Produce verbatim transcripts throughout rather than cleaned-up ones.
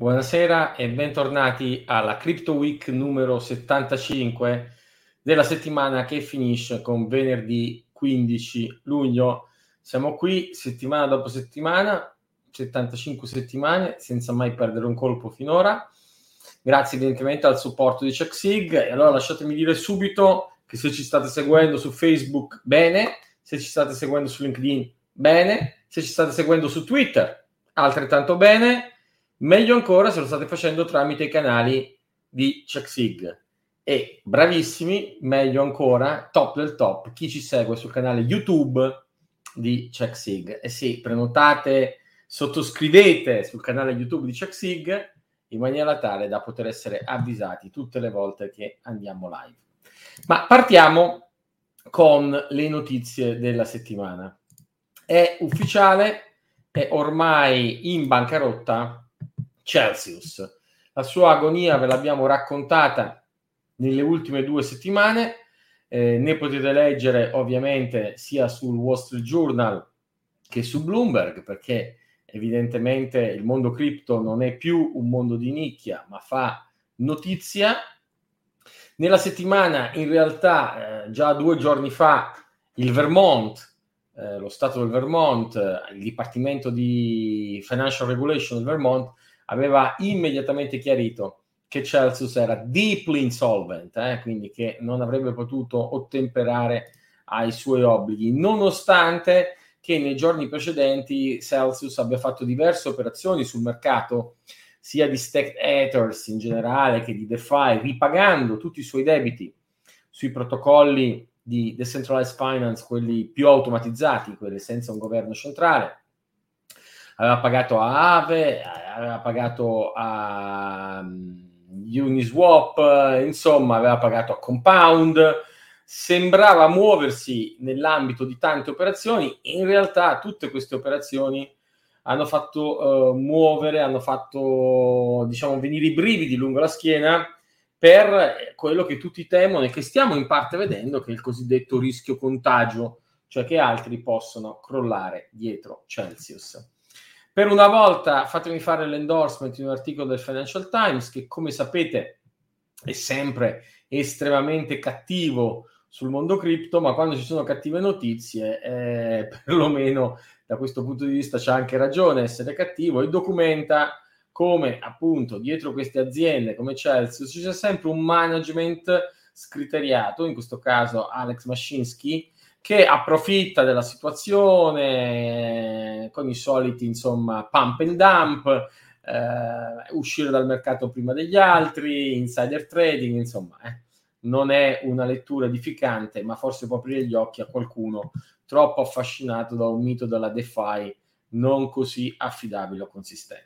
Buonasera e bentornati alla Crypto Week numero settantacinque della settimana che finisce con venerdì quindici luglio. Siamo qui settimana dopo settimana, settantacinque settimane, senza mai perdere un colpo finora. Grazie evidentemente al supporto di CheckSig. E allora lasciatemi dire subito che se ci state seguendo su Facebook, bene, se ci state seguendo su LinkedIn, bene, se ci state seguendo su Twitter, altrettanto bene. Meglio ancora se lo state facendo tramite i canali di CheckSig. E bravissimi, meglio ancora, top del top, chi ci segue sul canale YouTube di CheckSig. E sì, prenotate, sottoscrivete sul canale YouTube di CheckSig in maniera tale da poter essere avvisati tutte le volte che andiamo live. Ma partiamo con le notizie della settimana. È ufficiale, è ormai in bancarotta Celsius. La sua agonia ve l'abbiamo raccontata nelle ultime due settimane, eh, ne potete leggere ovviamente sia sul Wall Street Journal che su Bloomberg, perché evidentemente il mondo cripto non è più un mondo di nicchia, ma fa notizia. Nella settimana, in realtà, eh, già due giorni fa, il Vermont, eh, lo Stato del Vermont, eh, il Dipartimento di Financial Regulation del Vermont, aveva immediatamente chiarito che Celsius era deeply insolvent, eh, quindi che non avrebbe potuto ottemperare ai suoi obblighi, nonostante che nei giorni precedenti Celsius abbia fatto diverse operazioni sul mercato, sia di staked ethers in generale che di DeFi, ripagando tutti i suoi debiti sui protocolli di decentralized finance, quelli più automatizzati, quelli senza un governo centrale. Aveva pagato a Aave, aveva pagato a Uniswap, insomma aveva pagato a Compound, sembrava muoversi nell'ambito di tante operazioni. In realtà tutte queste operazioni hanno fatto uh, muovere, hanno fatto, diciamo, venire i brividi lungo la schiena per quello che tutti temono e che stiamo in parte vedendo, che è il cosiddetto rischio contagio, cioè che altri possono crollare dietro Celsius. Per una volta fatemi fare l'endorsement di un articolo del Financial Times che, come sapete, è sempre estremamente cattivo sul mondo cripto, ma quando ci sono cattive notizie, eh, perlomeno da questo punto di vista c'ha anche ragione essere cattivo, e documenta come appunto dietro queste aziende come Celsius c'è sempre un management scriteriato, in questo caso Alex Mashinsky, che approfitta della situazione con i soliti, insomma, pump and dump, eh, uscire dal mercato prima degli altri, insider trading, insomma, eh. Non è una lettura edificante, ma forse può aprire gli occhi a qualcuno troppo affascinato da un mito della DeFi non così affidabile o consistente.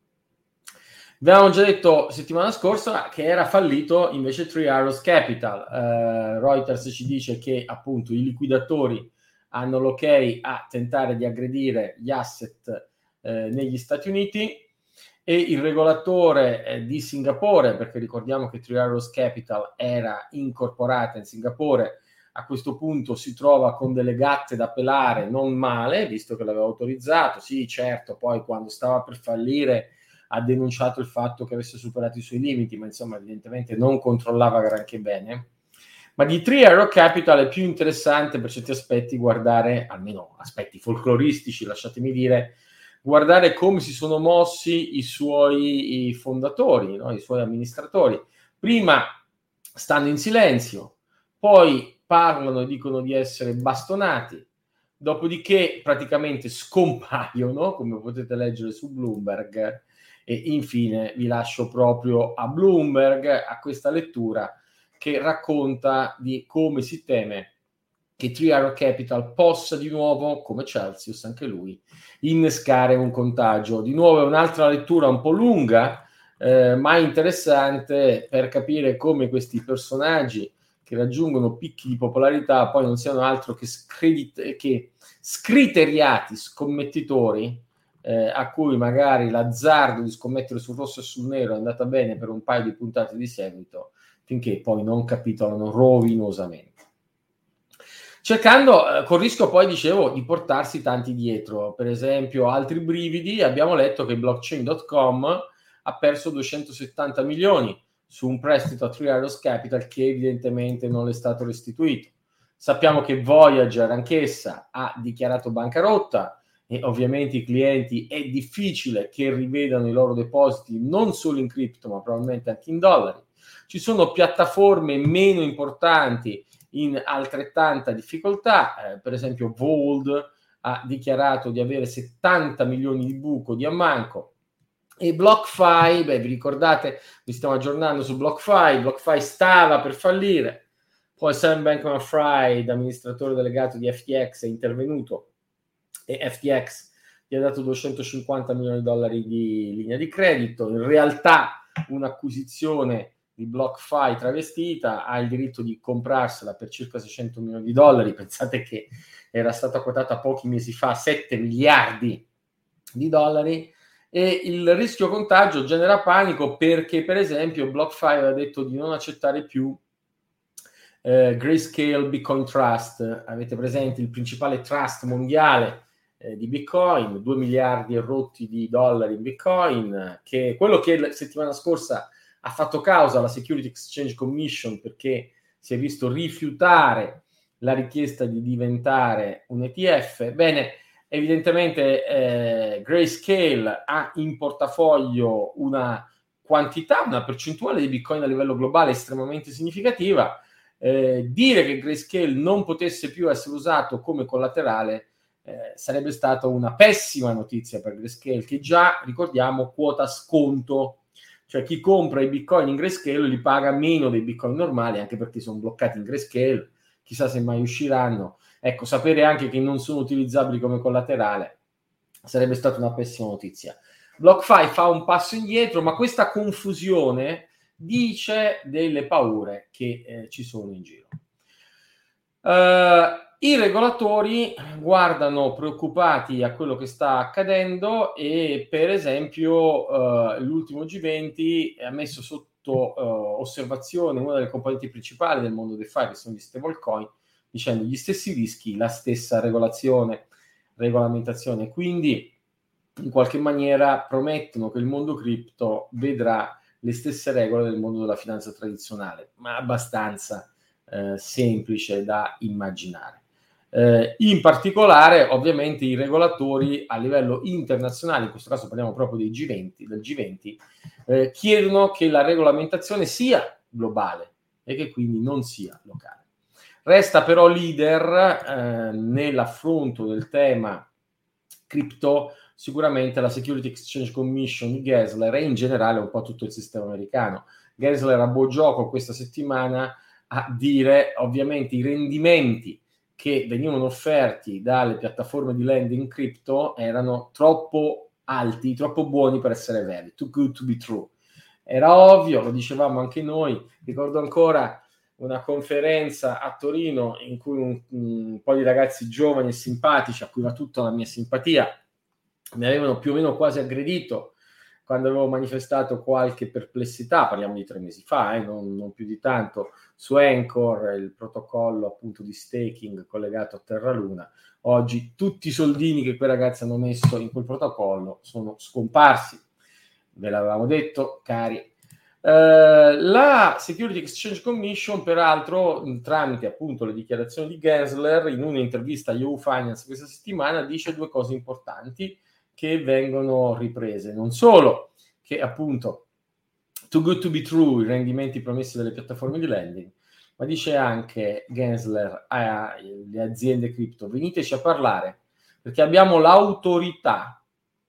Vi avevamo già detto settimana scorsa che era fallito invece Three Arrows Capital. Eh, Reuters ci dice che appunto i liquidatori hanno l'ok a tentare di aggredire gli asset eh, negli Stati Uniti, e il regolatore eh, di Singapore, perché ricordiamo che Three Arrows Capital era incorporata in Singapore, a questo punto si trova con delle gatte da pelare non male, visto che l'aveva autorizzato. Sì, certo, poi quando stava per fallire ha denunciato il fatto che avesse superato i suoi limiti, ma insomma evidentemente non controllava granché bene. Ma di Three Arrows Capital è più interessante per certi aspetti guardare, almeno aspetti folcloristici, lasciatemi dire, guardare come si sono mossi i suoi i fondatori, no? I suoi amministratori. Prima stanno in silenzio, poi parlano e dicono di essere bastonati, dopodiché praticamente scompaiono, come potete leggere su Bloomberg, e infine vi lascio proprio a Bloomberg, a questa lettura che racconta di come si teme che Three Arrows Capital possa di nuovo, come Celsius anche lui, innescare un contagio. Di nuovo è un'altra lettura un po' lunga, eh, ma interessante per capire come questi personaggi che raggiungono picchi di popolarità poi non siano altro che, scredit- che scriteriati scommettitori, eh, a cui magari l'azzardo di scommettere sul rosso e sul nero è andata bene per un paio di puntate di seguito, finché poi non capitolano rovinosamente. Cercando, eh, con rischio poi, dicevo, di portarsi tanti dietro. Per esempio, altri brividi, abbiamo letto che blockchain punto com ha perso duecentosettanta milioni su un prestito a Three Arrows Capital che evidentemente non è stato restituito. Sappiamo che Voyager anch'essa ha dichiarato bancarotta e ovviamente i clienti è difficile che rivedano i loro depositi non solo in cripto ma probabilmente anche in dollari. Ci sono piattaforme meno importanti in altrettanta difficoltà, eh, per esempio Vold ha dichiarato di avere settanta milioni di buco di ammanco e BlockFi, beh, vi ricordate, vi stiamo aggiornando su BlockFi, BlockFi stava per fallire, poi Sam Bankman-Fried, amministratore delegato di F T X, è intervenuto e F T X gli ha dato duecentocinquanta milioni di dollari di linea di credito. In realtà un'acquisizione di BlockFi travestita, ha il diritto di comprarsela per circa seicento milioni di dollari. Pensate che era stata quotata pochi mesi fa sette miliardi di dollari, e il rischio contagio genera panico perché per esempio BlockFi aveva detto di non accettare più eh, Grayscale Bitcoin Trust. Avete presente il principale trust mondiale eh, di Bitcoin, due miliardi e rotti di dollari in Bitcoin, che è quello che la settimana scorsa ha fatto causa alla Security Exchange Commission perché si è visto rifiutare la richiesta di diventare un E T F. Bene, evidentemente eh, Grayscale ha in portafoglio una quantità, una percentuale di Bitcoin a livello globale estremamente significativa. Eh, dire che Grayscale non potesse più essere usato come collaterale eh, sarebbe stata una pessima notizia per Grayscale, che già, ricordiamo, quota sconto. Cioè chi compra i bitcoin in Grayscale li paga meno dei bitcoin normali, anche perché sono bloccati in Grayscale, chissà se mai usciranno. Ecco, sapere anche che non sono utilizzabili come collaterale sarebbe stata una pessima notizia. BlockFi fa un passo indietro, ma questa confusione dice delle paure che eh, ci sono in giro. Uh, I regolatori guardano preoccupati a quello che sta accadendo e per esempio uh, l'ultimo G venti ha messo sotto uh, osservazione una delle componenti principali del mondo DeFi, che sono gli stablecoin, dicendo gli stessi rischi, la stessa regolazione, regolamentazione. Quindi in qualche maniera promettono che il mondo cripto vedrà le stesse regole del mondo della finanza tradizionale, ma abbastanza eh, semplice da immaginare. Eh, in particolare, ovviamente, i regolatori a livello internazionale, in questo caso parliamo proprio dei G venti, del G venti, eh, chiedono che la regolamentazione sia globale e che quindi non sia locale. Resta però leader eh, nell'affronto del tema cripto sicuramente la Security Exchange Commission di Gensler e in generale un po' tutto il sistema americano. Gensler ha buon gioco questa settimana a dire ovviamente i rendimenti che venivano offerti dalle piattaforme di lending cripto erano troppo alti, troppo buoni per essere veri, too good to be true. Era ovvio, lo dicevamo anche noi. Ricordo ancora una conferenza a Torino in cui un, un po' di ragazzi giovani e simpatici, a cui va tutta la mia simpatia, mi avevano più o meno quasi aggredito quando avevo manifestato qualche perplessità, parliamo di tre mesi fa, eh, non, non più di tanto, su Anchor, il protocollo appunto di staking collegato a Terra Luna. Oggi tutti i soldini che quei ragazzi hanno messo in quel protocollo sono scomparsi, ve l'avevamo detto, cari. Uh, la Security Exchange Commission, peraltro, tramite appunto le dichiarazioni di Gensler, in un'intervista a Yahoo Finance questa settimana, dice due cose importanti che vengono riprese. Non solo che appunto too good to be true, i rendimenti promessi dalle piattaforme di lending, ma dice anche Gensler alle aziende cripto: veniteci a parlare perché abbiamo l'autorità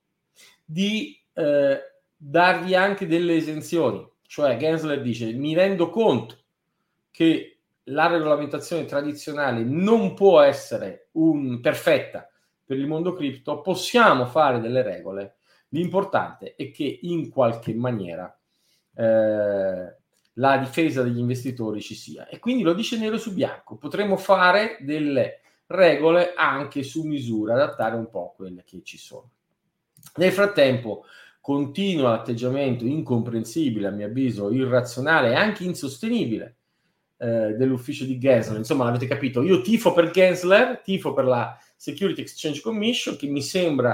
di eh, darvi anche delle esenzioni. Cioè Gensler dice: mi rendo conto che la regolamentazione tradizionale non può essere un, perfetta per il mondo cripto, possiamo fare delle regole, l'importante è che in qualche maniera eh, la difesa degli investitori ci sia, e quindi lo dice nero su bianco, potremo fare delle regole anche su misura, adattare un po' a quelle che ci sono. Nel frattempo continua l'atteggiamento incomprensibile, a mio avviso irrazionale e anche insostenibile eh, dell'ufficio di Gensler. Insomma, l'avete capito, io tifo per Gensler, tifo per la Security Exchange Commission, che mi sembra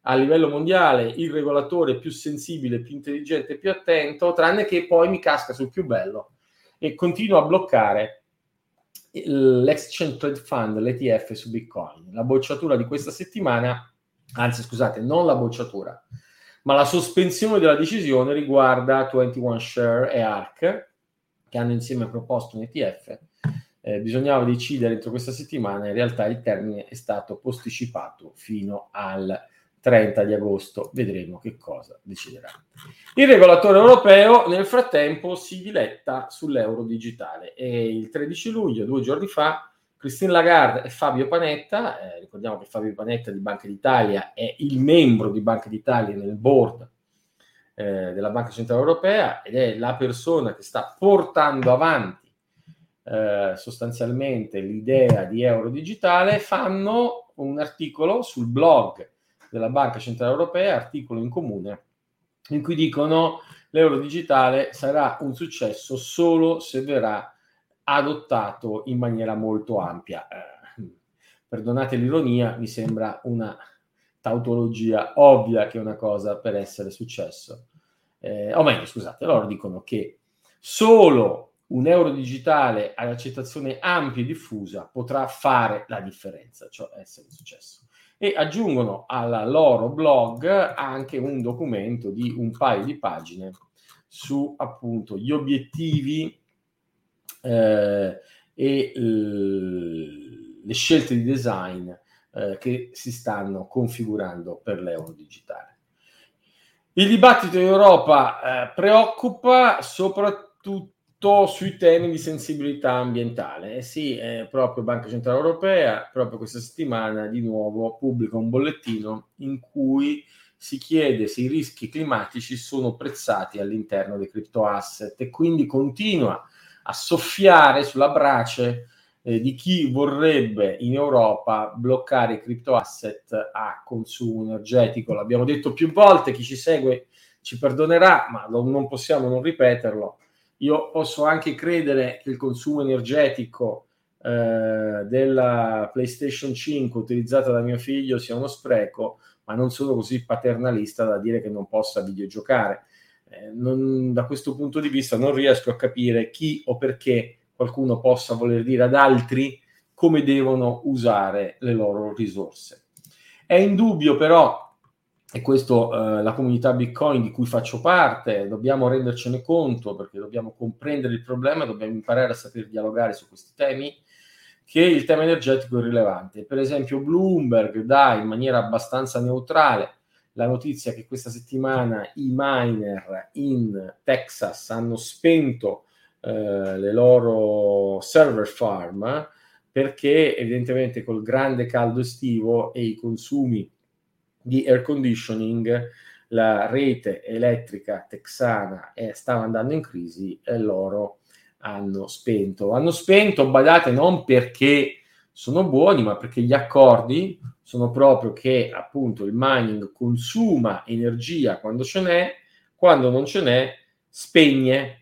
a livello mondiale il regolatore più sensibile, più intelligente, più attento, tranne che poi mi casca sul più bello e continua a bloccare l'Exchange Trade Fund, l'E T F su Bitcoin. La bocciatura di questa settimana, anzi scusate, non la bocciatura, ma la sospensione della decisione riguarda ventuno Share e A R C, che hanno insieme proposto un E T F. Eh, bisognava decidere entro questa settimana, in realtà il termine è stato posticipato fino al trenta di agosto, vedremo che cosa deciderà. Il regolatore europeo nel frattempo si diletta sull'euro digitale e il tredici luglio, due giorni fa, Christine Lagarde e Fabio Panetta, eh, ricordiamo che Fabio Panetta di Banca d'Italia è il membro di Banca d'Italia nel board eh, della Banca Centrale Europea ed è la persona che sta portando avanti Eh, sostanzialmente l'idea di euro digitale, fanno un articolo sul blog della Banca Centrale Europea, articolo in comune, in cui dicono l'euro digitale sarà un successo solo se verrà adottato in maniera molto ampia. Eh, perdonate l'ironia, mi sembra una tautologia ovvia che è una cosa per essere successo. Eh, o meglio, scusate, loro dicono che solo un euro digitale ad accettazione ampia e diffusa potrà fare la differenza, cioè essere successo. E aggiungono al loro blog anche un documento di un paio di pagine su appunto gli obiettivi eh, e l- le scelte di design eh, che si stanno configurando per l'euro digitale. Il dibattito in Europa eh, preoccupa soprattutto sui temi di sensibilità ambientale. Eh sì, eh, proprio Banca Centrale Europea, proprio questa settimana di nuovo pubblica un bollettino in cui si chiede se i rischi climatici sono prezzati all'interno dei cryptoasset e quindi continua a soffiare sulla brace eh, di chi vorrebbe in Europa bloccare i cryptoasset a consumo energetico. L'abbiamo detto più volte, chi ci segue ci perdonerà, ma non possiamo non ripeterlo. Io posso anche credere che il consumo energetico eh, della PlayStation cinque utilizzata da mio figlio sia uno spreco, ma non sono così paternalista da dire che non possa videogiocare. Eh, non, da questo punto di vista non riesco a capire chi o perché qualcuno possa voler dire ad altri come devono usare le loro risorse. È indubbio però, e questo eh, la comunità Bitcoin di cui faccio parte, dobbiamo rendercene conto perché dobbiamo comprendere il problema, dobbiamo imparare a saper dialogare su questi temi, che il tema energetico è rilevante. Per esempio Bloomberg dà in maniera abbastanza neutrale la notizia che questa settimana i miner in Texas hanno spento eh, le loro server farm perché evidentemente col grande caldo estivo e i consumi di air conditioning la rete elettrica texana eh, stava andando in crisi e loro hanno spento. Hanno spento, badate, non perché sono buoni, ma perché gli accordi sono proprio che appunto il mining consuma energia quando ce n'è, quando non ce n'è spegne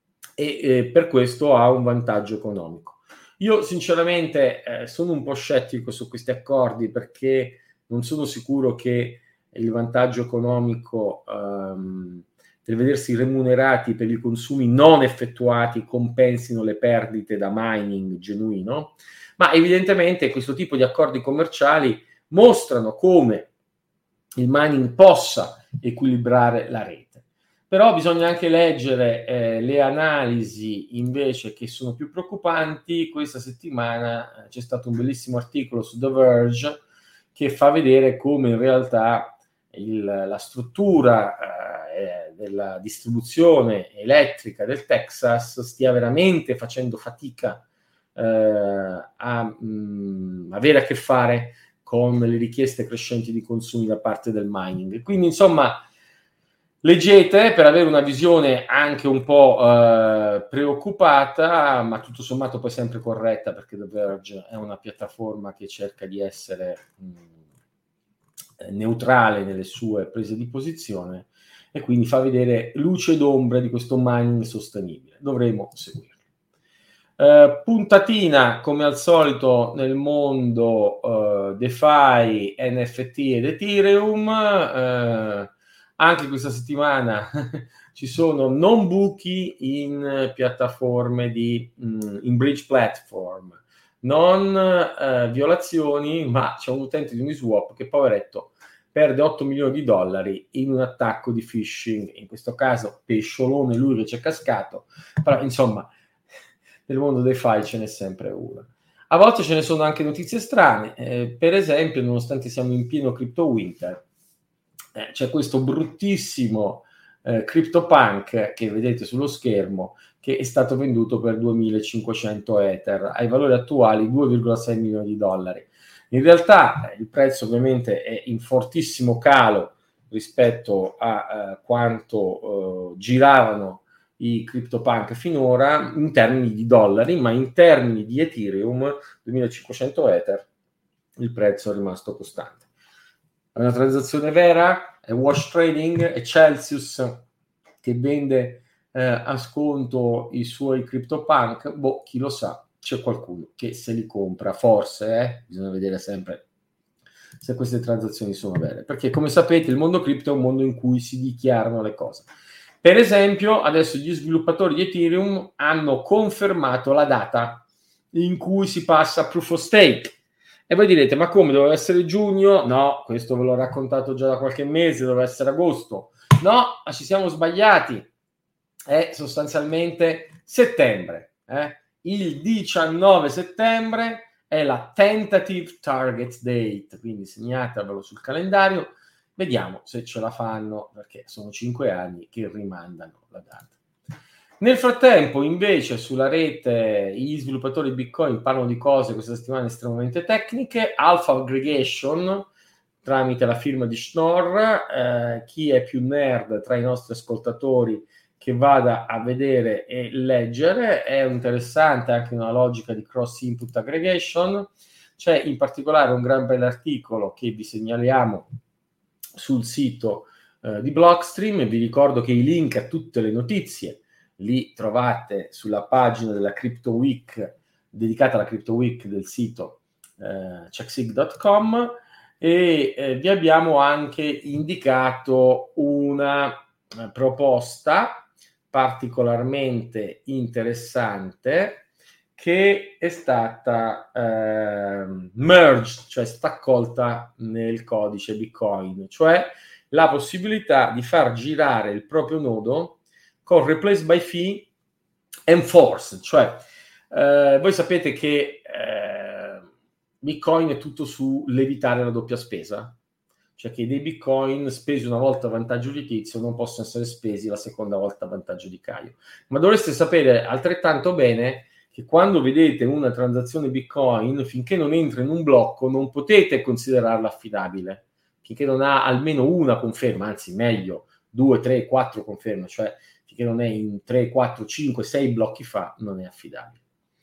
e eh, per questo ha un vantaggio economico. Io sinceramente eh, sono un po' scettico su questi accordi perché non sono sicuro che il vantaggio economico um, del vedersi remunerati per i consumi non effettuati compensino le perdite da mining genuino, ma evidentemente questo tipo di accordi commerciali mostrano come il mining possa equilibrare la rete. Però bisogna anche leggere eh, le analisi invece che sono più preoccupanti. Questa settimana eh, c'è stato un bellissimo articolo su The Verge che fa vedere come in realtà il, la struttura eh, della distribuzione elettrica del Texas stia veramente facendo fatica eh, a mh, avere a che fare con le richieste crescenti di consumi da parte del mining. Quindi insomma leggete per avere una visione anche un po' eh, preoccupata, ma tutto sommato poi sempre corretta, perché The Verge è una piattaforma che cerca di essere mh, neutrale nelle sue prese di posizione e quindi fa vedere luce ed ombre di questo mining sostenibile. Dovremo seguirlo. Uh, puntatina come al solito nel mondo uh, DeFi, N F T ed Ethereum. Uh, anche questa settimana ci sono non buchi in piattaforme di mh, in bridge platform, non uh, violazioni, ma c'è un utente di Uniswap che, poveretto, perde otto milioni di dollari in un attacco di phishing, in questo caso pesciolone lui che c'è cascato, però insomma nel mondo dei file ce n'è sempre una. A volte ce ne sono anche notizie strane, eh, per esempio, nonostante siamo in pieno crypto winter, eh, c'è questo bruttissimo eh, CryptoPunk che vedete sullo schermo, che è stato venduto per duemilacinquecento Ether, ai valori attuali due virgola sei milioni di dollari. In realtà eh, il prezzo ovviamente è in fortissimo calo rispetto a eh, quanto eh, giravano i CryptoPunk finora in termini di dollari, ma in termini di Ethereum, duemilacinquecento Ether, il prezzo è rimasto costante. È una transazione vera? È wash trading? È Celsius che vende eh, a sconto i suoi CryptoPunk? Boh, chi lo sa, c'è qualcuno che se li compra, forse, eh? Bisogna vedere sempre se queste transazioni sono vere, perché come sapete il mondo cripto è un mondo in cui si dichiarano le cose. Per esempio, adesso gli sviluppatori di Ethereum hanno confermato la data in cui si passa a Proof of Stake. E voi direte, ma come, doveva essere giugno? No, questo ve l'ho raccontato già da qualche mese, doveva essere agosto. No, ma ci siamo sbagliati. È sostanzialmente settembre. Eh? Il diciannove settembre è la tentative target date, quindi segnatevelo sul calendario. Vediamo se ce la fanno, perché sono cinque anni che rimandano la data. Nel frattempo, invece, sulla rete gli sviluppatori Bitcoin parlano di cose questa settimana estremamente tecniche. Alpha Aggregation, tramite la firma di Schnorr. Eh, chi è più nerd tra i nostri ascoltatori che vada a vedere e leggere. È interessante anche una logica di cross input aggregation. C'è in particolare un gran bell'articolo che vi segnaliamo sul sito eh, di Blockstream. Vi ricordo che i link a tutte le notizie li trovate sulla pagina della Crypto Week, dedicata alla Crypto Week del sito eh, checksig punto com, e eh, vi abbiamo anche indicato una eh, proposta particolarmente interessante che è stata eh, merged, cioè staccolta nel codice Bitcoin, cioè la possibilità di far girare il proprio nodo con replace by fee enforced, cioè eh, voi sapete che eh, Bitcoin è tutto sull'evitare la doppia spesa, cioè che dei Bitcoin spesi una volta a vantaggio di Tizio non possono essere spesi la seconda volta a vantaggio di Caio. Ma dovreste sapere altrettanto bene che quando vedete una transazione Bitcoin, finché non entra in un blocco, non potete considerarla affidabile, finché non ha almeno una conferma, anzi meglio, due, tre, quattro conferme, cioè finché non è in tre, quattro, cinque, sei blocchi fa, non è affidabile.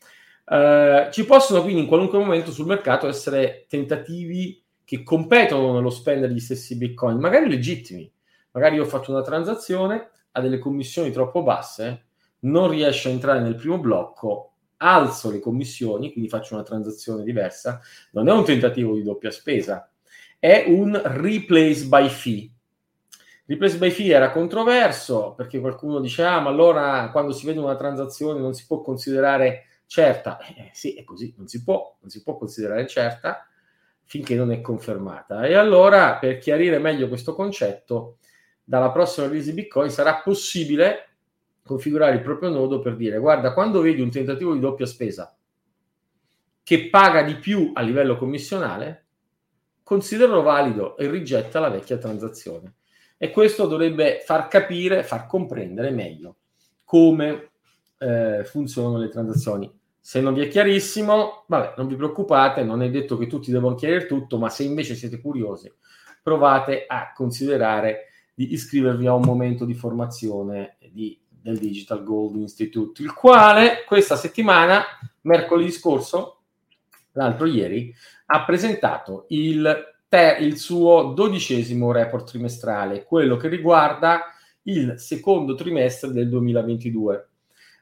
Uh, ci possono quindi in qualunque momento sul mercato essere tentativi che competono nello spendere gli stessi Bitcoin, magari legittimi. Magari io ho fatto una transazione, ha delle commissioni troppo basse, non riesce a entrare nel primo blocco, alzo le commissioni, quindi faccio una transazione diversa. Non è un tentativo di doppia spesa, è un replace by fee. Replace by fee era controverso perché qualcuno dice, ah, ma allora quando si vede una transazione non si può considerare certa. Eh, sì, è così, non si può, non si può considerare certa finché non è confermata. E allora, per chiarire meglio questo concetto, dalla prossima release di Bitcoin sarà possibile configurare il proprio nodo per dire, guarda, quando vedi un tentativo di doppia spesa che paga di più a livello commissionale, consideralo valido e rigetta la vecchia transazione. E questo dovrebbe far capire, far comprendere meglio come eh, funzionano le transazioni. Se non vi è chiarissimo, vabbè, non vi preoccupate, non è detto che tutti devono chiarire tutto, ma se invece siete curiosi, provate a considerare di iscrivervi a un momento di formazione di, del Digital Gold Institute, il quale questa settimana, mercoledì scorso, l'altro ieri, ha presentato il, ter- il suo dodicesimo report trimestrale, quello che riguarda il secondo trimestre del duemilaventidue.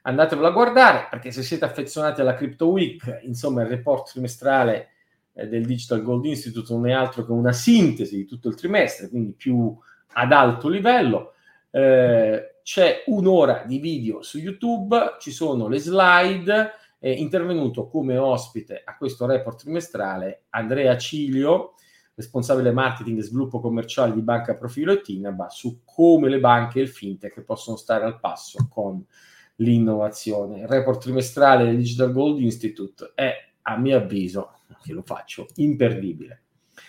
andatevelo a guardare, perché se siete affezionati alla Crypto Week, insomma il report trimestrale eh, del Digital Gold Institute non è altro che una sintesi di tutto il trimestre, quindi più ad alto livello. Eh, c'è un'ora di video su YouTube, ci sono le slide. È intervenuto come ospite a questo report trimestrale Andrea Cilio, responsabile marketing e sviluppo commerciale di Banca Profilo e Tinaba, su come le banche e il fintech possono stare al passo con l'innovazione. Il report trimestrale del Digital Gold Institute è, a mio avviso, che lo faccio, imperdibile.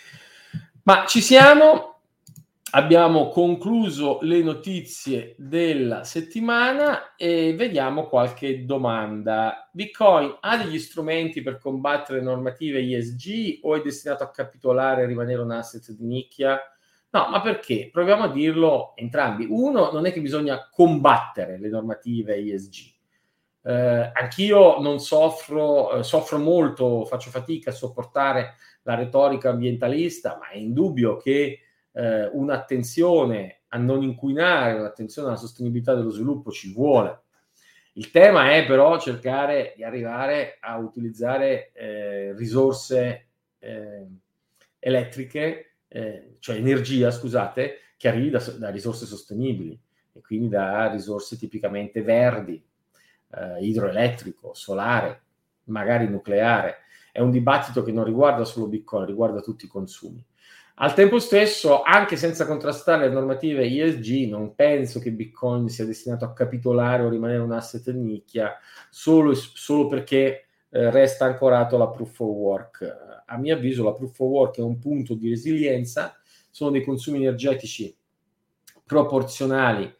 Ma ci siamo. Abbiamo concluso le notizie della settimana e vediamo qualche domanda. Bitcoin ha degli strumenti per combattere le normative E S G o è destinato a capitolare e rimanere un asset di nicchia? No, ma perché? Proviamo a dirlo entrambi. Uno, non è che bisogna combattere le normative E S G. Eh, anch'io non soffro, eh, soffro molto, faccio fatica a sopportare la retorica ambientalista, ma è indubbio che Eh, un'attenzione a non inquinare, un'attenzione alla sostenibilità dello sviluppo ci vuole. Il tema è però cercare di arrivare a utilizzare eh, risorse eh, elettriche, eh, cioè energia, scusate, che arrivi da, da risorse sostenibili e quindi da risorse tipicamente verdi, eh, idroelettrico, solare, magari nucleare. È un dibattito che non riguarda solo Bitcoin, riguarda tutti i consumi. Al tempo stesso, anche senza contrastare le normative E S G, non penso che Bitcoin sia destinato a capitolare o rimanere un asset di nicchia solo, solo perché eh, resta ancorato alla Proof of Work. A mio avviso la Proof of Work è un punto di resilienza, sono dei consumi energetici proporzionali,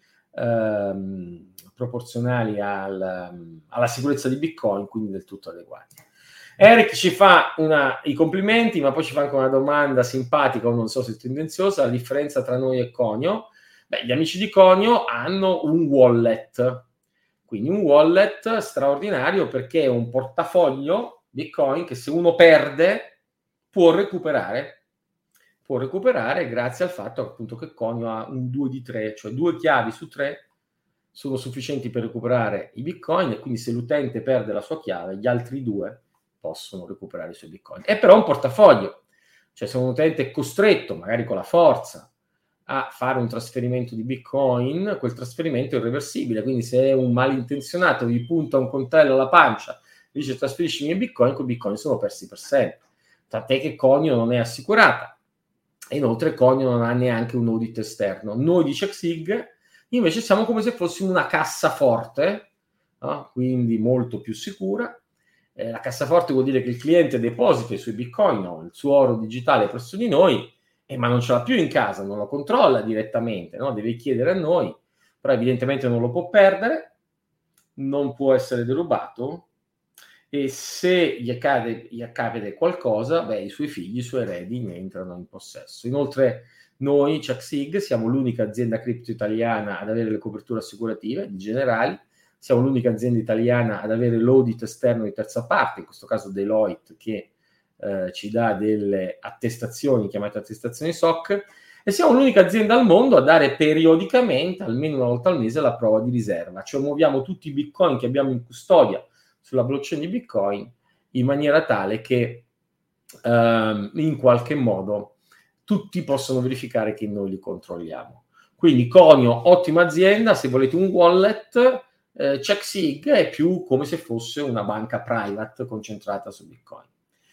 ehm, proporzionali al, alla sicurezza di Bitcoin, quindi del tutto adeguati. Eric ci fa una, i complimenti, ma poi ci fa anche una domanda simpatica, o non so se tendenziosa, la differenza tra noi e Conio. Beh, gli amici di Conio hanno un wallet, quindi un wallet straordinario perché è un portafoglio Bitcoin che se uno perde può recuperare, può recuperare grazie al fatto appunto che Conio ha un due di tre, cioè due chiavi su tre sono sufficienti per recuperare i Bitcoin, e quindi se l'utente perde la sua chiave, gli altri due possono recuperare i suoi Bitcoin. È però un portafoglio, cioè se un utente è costretto, magari con la forza, a fare un trasferimento di Bitcoin, quel trasferimento è irreversibile, quindi se è un malintenzionato gli punta un coltello alla pancia, dice trasferisci i miei Bitcoin, quei Bitcoin sono persi per sempre. Tant'è che Conio non è assicurata, e inoltre Conio non ha neanche un audit esterno. Noi di CheckSig invece siamo come se fossimo una cassaforte, no? Quindi molto più sicura. Eh, la cassaforte vuol dire che il cliente deposita i suoi Bitcoin o il suo oro digitale presso di noi, eh, ma non ce l'ha più in casa, non lo controlla direttamente, no? Deve chiedere a noi, però evidentemente non lo può perdere, non può essere derubato, e se gli accade, gli accade qualcosa, beh, i suoi figli, i suoi eredi ne entrano in possesso. Inoltre noi, CheckSig, siamo l'unica azienda cripto italiana ad avere le coperture assicurative di Generali, siamo l'unica azienda italiana ad avere l'audit esterno di terza parte, in questo caso Deloitte, che eh, ci dà delle attestazioni chiamate attestazioni S O C, e siamo l'unica azienda al mondo a dare periodicamente, almeno una volta al mese, la prova di riserva, cioè muoviamo tutti i Bitcoin che abbiamo in custodia sulla blockchain di Bitcoin in maniera tale che ehm, in qualche modo tutti possono verificare che noi li controlliamo. Quindi Conio, ottima azienda, se volete un wallet, eh, CheckSig è più come se fosse una banca private concentrata su Bitcoin.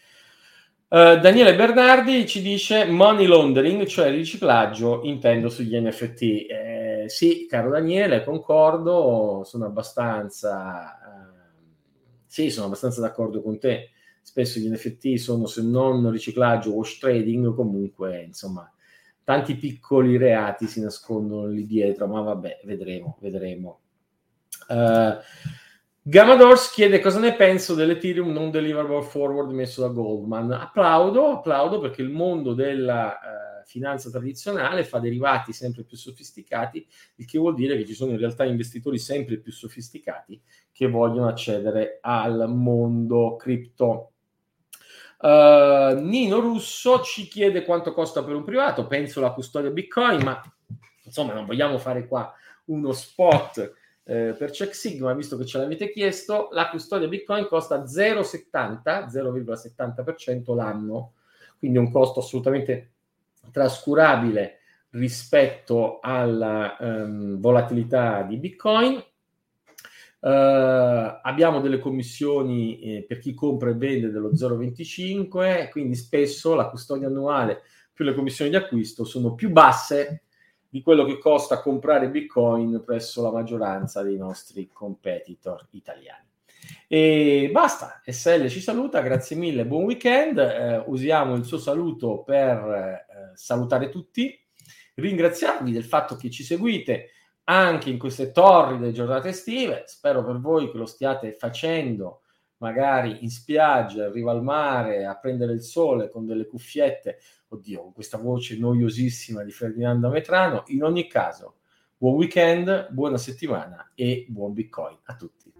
Uh, Daniele Bernardi ci dice money laundering, cioè riciclaggio, intendo sugli N F T. Eh, sì, caro Daniele, concordo, sono abbastanza uh, sì, sono abbastanza d'accordo con te. Spesso gli N F T sono, se non riciclaggio, wash trading, comunque, insomma, tanti piccoli reati si nascondono lì dietro, ma vabbè, vedremo, vedremo. Uh, Gamadors chiede cosa ne penso dell'Ethereum non deliverable forward messo da Goldman. Applaudo, applaudo perché il mondo della uh, finanza tradizionale fa derivati sempre più sofisticati, il che vuol dire che ci sono in realtà investitori sempre più sofisticati che vogliono accedere al mondo cripto. Uh, Nino Russo ci chiede quanto costa per un privato, penso la custodia Bitcoin, ma insomma non vogliamo fare qua uno spot eh, per Check Sigma, visto che ce l'avete chiesto, la custodia Bitcoin costa zero virgola settanta, zero virgola settanta per cento l'anno, quindi un costo assolutamente trascurabile rispetto alla um, volatilità di Bitcoin. Uh, abbiamo delle commissioni eh, per chi compra e vende dello zero virgola venticinque, quindi spesso la custodia annuale più le commissioni di acquisto sono più basse di quello che costa comprare Bitcoin presso la maggioranza dei nostri competitor italiani. E basta, S L ci saluta, grazie mille, buon weekend, eh, usiamo il suo saluto per eh, salutare tutti, ringraziarvi del fatto che ci seguite anche in queste torride giornate estive. Spero per voi che lo stiate facendo magari in spiaggia, in riva al mare, a prendere il sole con delle cuffiette, oddio, con questa voce noiosissima di Ferdinando Metrano. In ogni caso, buon weekend, buona settimana e buon Bitcoin a tutti.